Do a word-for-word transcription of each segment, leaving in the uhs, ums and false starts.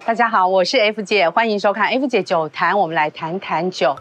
大家好，我是 F 姐，欢迎收看 F 姐酒谈，我们来谈谈酒。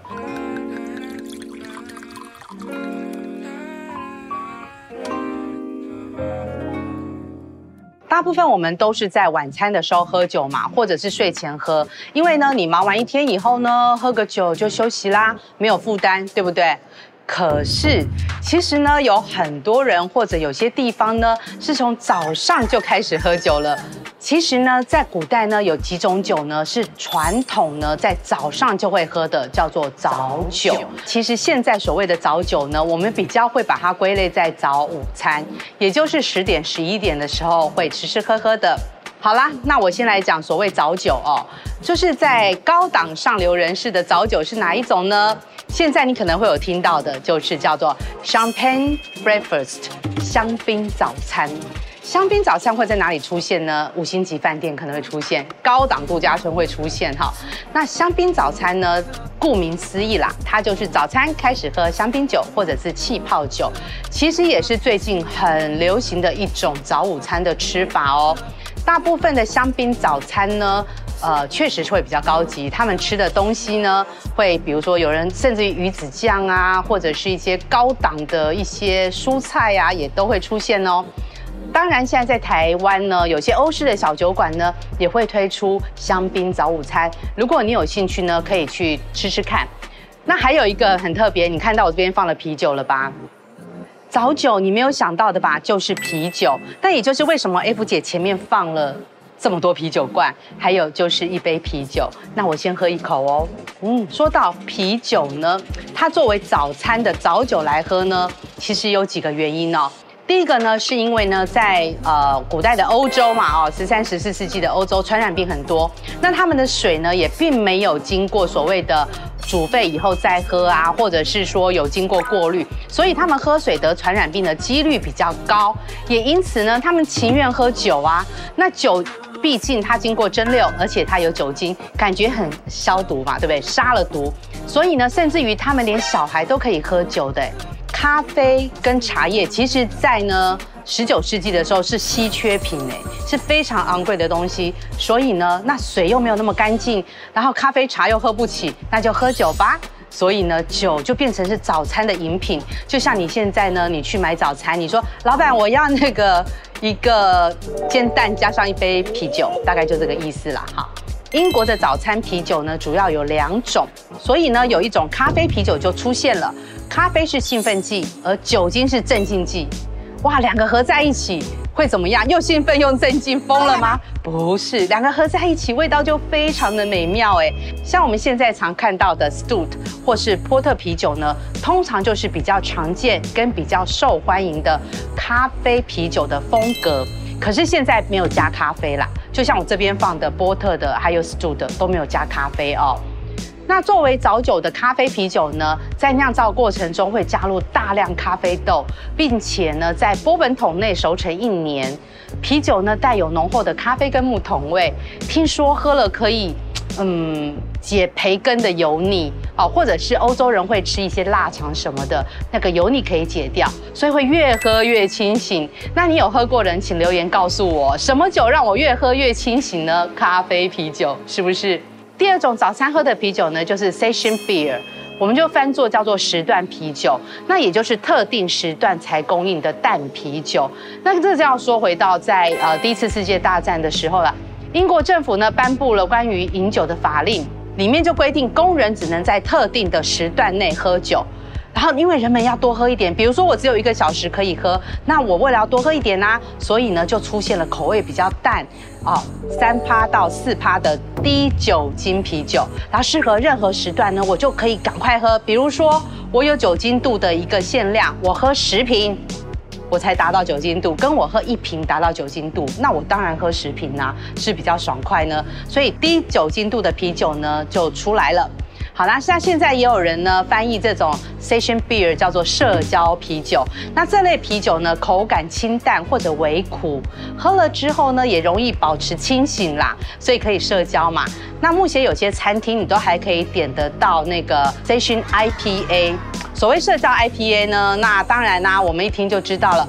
大部分我们都是在晚餐的时候喝酒嘛，或者是睡前喝，因为呢，你忙完一天以后呢，喝个酒就休息啦，没有负担，对不对？可是，其实呢，有很多人或者有些地方呢，是从早上就开始喝酒了。其实呢，在古代呢，有几种酒呢是传统呢在早上就会喝的，叫做早酒。其实现在所谓的早酒呢，我们比较会把它归类在早午餐，也就是十点、十一点的时候会吃吃喝喝的。好啦，那我先来讲所谓早酒哦，就是在高档上流人士的早酒是哪一种呢？现在你可能会有听到的，就是叫做 Champagne Breakfast 香槟早餐。香槟早餐会在哪里出现呢？五星级饭店可能会出现，高档度假村会出现哈。那香槟早餐呢？顾名思义啦，它就是早餐开始喝香槟酒或者是气泡酒，其实也是最近很流行的一种早午餐的吃法哦。大部分的香槟早餐呢，呃，确实是会比较高级。他们吃的东西呢，会比如说有人甚至于鱼子酱啊，或者是一些高档的一些蔬菜啊，也都会出现哦。当然，现在在台湾呢，有些欧式的小酒馆呢，也会推出香槟早午餐。如果你有兴趣呢，可以去吃吃看。那还有一个很特别，你看到我这边放了啤酒了吧？早酒你没有想到的吧，就是啤酒。那也就是为什么 F 姐前面放了这么多啤酒罐，还有就是一杯啤酒。那我先喝一口哦。嗯，说到啤酒呢，它作为早餐的早酒来喝呢，其实有几个原因哦。第一个呢，是因为呢，在呃古代的欧洲嘛，哦，十三、十四世纪的欧洲传染病很多，那他们的水呢也并没有经过所谓的煮沸以后再喝啊，或者是说有经过过滤，所以他们喝水得传染病的几率比较高，也因此呢，他们情愿喝酒啊。那酒毕竟它经过蒸馏，而且它有酒精，感觉很消毒嘛，对不对？杀了毒，所以呢，甚至于他们连小孩都可以喝酒的。咖啡跟茶叶，其实在呢十九世纪的时候是稀缺品哎，是非常昂贵的东西。所以呢，那水又没有那么干净，然后咖啡茶又喝不起，那就喝酒吧。所以呢，酒就变成是早餐的饮品。就像你现在呢，你去买早餐，你说老板我要那个一个煎蛋加上一杯啤酒，大概就这个意思啦哈。英国的早餐啤酒呢，主要有两种，所以呢，有一种咖啡啤酒就出现了。咖啡是兴奋剂，而酒精是镇静剂。哇，两个合在一起会怎么样？又兴奋又镇静，疯了吗？不是，两个合在一起，味道就非常的美妙哎。像我们现在常看到的 Stout 或是波特啤酒呢，通常就是比较常见跟比较受欢迎的咖啡啤酒的风格。可是现在没有加咖啡啦，就像我这边放的波特的，还有 Stout 的都没有加咖啡哦。那作为早酒的咖啡啤酒呢，在酿造过程中会加入大量咖啡豆，并且呢，在波本桶内熟成一年。啤酒呢带有浓厚的咖啡跟木桶味，听说喝了可以，嗯，解培根的油腻哦，或者是欧洲人会吃一些腊肠什么的，那个油腻可以解掉，所以会越喝越清醒。那你有喝过的人，请留言告诉我，什么酒让我越喝越清醒呢？咖啡啤酒是不是？第二种早餐喝的啤酒呢，就是 Session Beer， 我们就翻作叫做时段啤酒，那也就是特定时段才供应的淡啤酒。那这就要说回到在呃第一次世界大战的时候了，英国政府呢颁布了关于饮酒的法令，里面就规定工人只能在特定的时段内喝酒。然后因为人们要多喝一点，比如说我只有一个小时可以喝，那我为了要多喝一点啊，所以呢就出现了口味比较淡哦，三趴到四趴的低酒精啤酒，然后适合任何时段呢，我就可以赶快喝。比如说我有酒精度的一个限量，我喝十瓶，我才达到酒精度，跟我喝一瓶达到酒精度，那我当然喝十瓶啊，是比较爽快呢。所以低酒精度的啤酒呢就出来了。好啦，像现在也有人呢翻译这种 Session Beer 叫做社交啤酒。那这类啤酒呢，口感清淡或者微苦，喝了之后呢，也容易保持清醒啦，所以可以社交嘛。那目前有些餐厅你都还可以点得到那个 Session I P A。所谓社交 I P A 呢，那当然啦、啊，我们一听就知道了。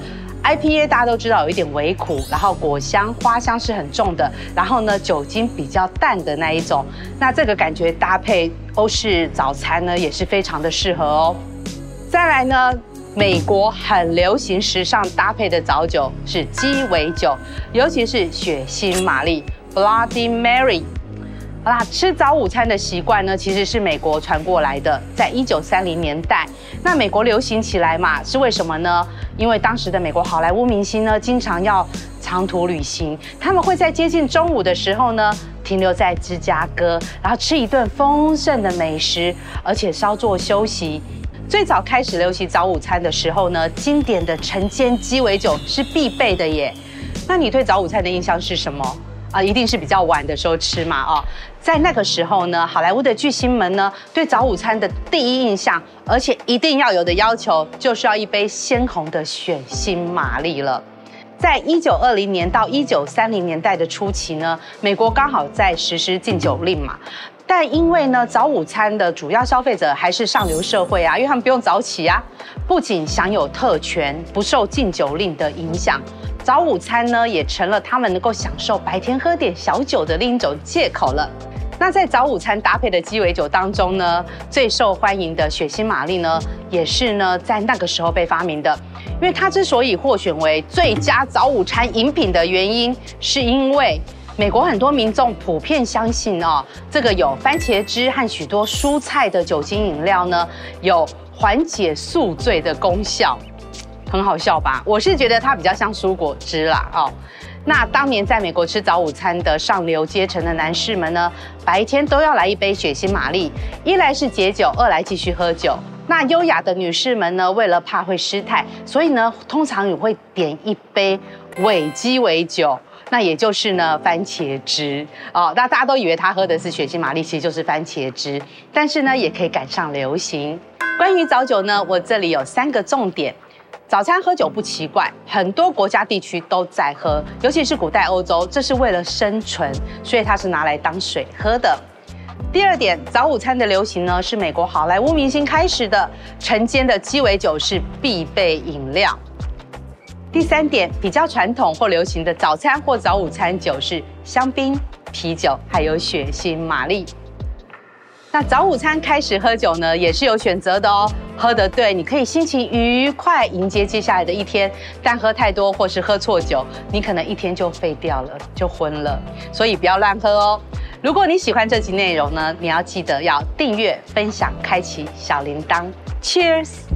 I P A 大家都知道有一点微苦，然后果香、花香是很重的，然后呢酒精比较淡的那一种。那这个感觉搭配欧式早餐呢也是非常的适合哦。再来呢，美国很流行时尚搭配的早酒是鸡尾酒，尤其是血腥玛丽 （Bloody Mary）。好啦，吃早午餐的习惯呢，其实是美国传过来的，在一九三零年代，那美国流行起来嘛，是为什么呢？因为当时的美国好莱坞明星呢，经常要长途旅行，他们会在接近中午的时候呢，停留在芝加哥，然后吃一顿丰盛的美食，而且稍作休息。最早开始流行早午餐的时候呢，经典的晨间鸡尾酒是必备的耶。那你对早午餐的印象是什么？啊，一定是比较晚的时候吃嘛，哦，在那个时候呢，好莱坞的巨星们呢，对早午餐的第一印象，而且一定要有的要求，就是要一杯鲜红的血腥玛丽了。在一九二零年到一九三零年代的初期呢，美国刚好在实施禁酒令嘛。但因为呢，早午餐的主要消费者还是上流社会啊，因为他们不用早起啊，不仅享有特权，不受禁酒令的影响，早午餐呢也成了他们能够享受白天喝点小酒的另一种借口了。那在早午餐搭配的鸡尾酒当中呢，最受欢迎的血腥玛丽呢，也是呢在那个时候被发明的。因为它之所以获选为最佳早午餐饮品的原因，是因为美国很多民众普遍相信哦，这个有番茄汁和许多蔬菜的酒精饮料呢，有缓解宿醉的功效。很好笑吧？我是觉得它比较像蔬果汁啦哦。那当年在美国吃早午餐的上流阶层的男士们呢，白天都要来一杯血腥玛丽，一来是解酒，二来继续喝酒。那优雅的女士们呢，为了怕会失态，所以呢，通常也会点一杯伪鸡尾酒。那也就是呢，番茄汁哦。那大家都以为他喝的是血腥玛丽，其实就是番茄汁。但是呢，也可以赶上流行。关于早酒呢，我这里有三个重点。早餐喝酒不奇怪，很多国家地区都在喝，尤其是古代欧洲，这是为了生存，所以它是拿来当水喝的。第二点，早午餐的流行呢，是美国好莱坞明星开始的，晨间的鸡尾酒是必备饮料。第三点，比较传统或流行的早餐或早午餐酒是香槟、啤酒，还有血腥玛丽。那早午餐开始喝酒呢，也是有选择的哦。喝得对，你可以心情愉快迎接接下来的一天；但喝太多或是喝错酒，你可能一天就废掉了，就昏了。所以不要乱喝哦。如果你喜欢这集内容呢，你要记得要订阅、分享、开启小铃铛。Cheers！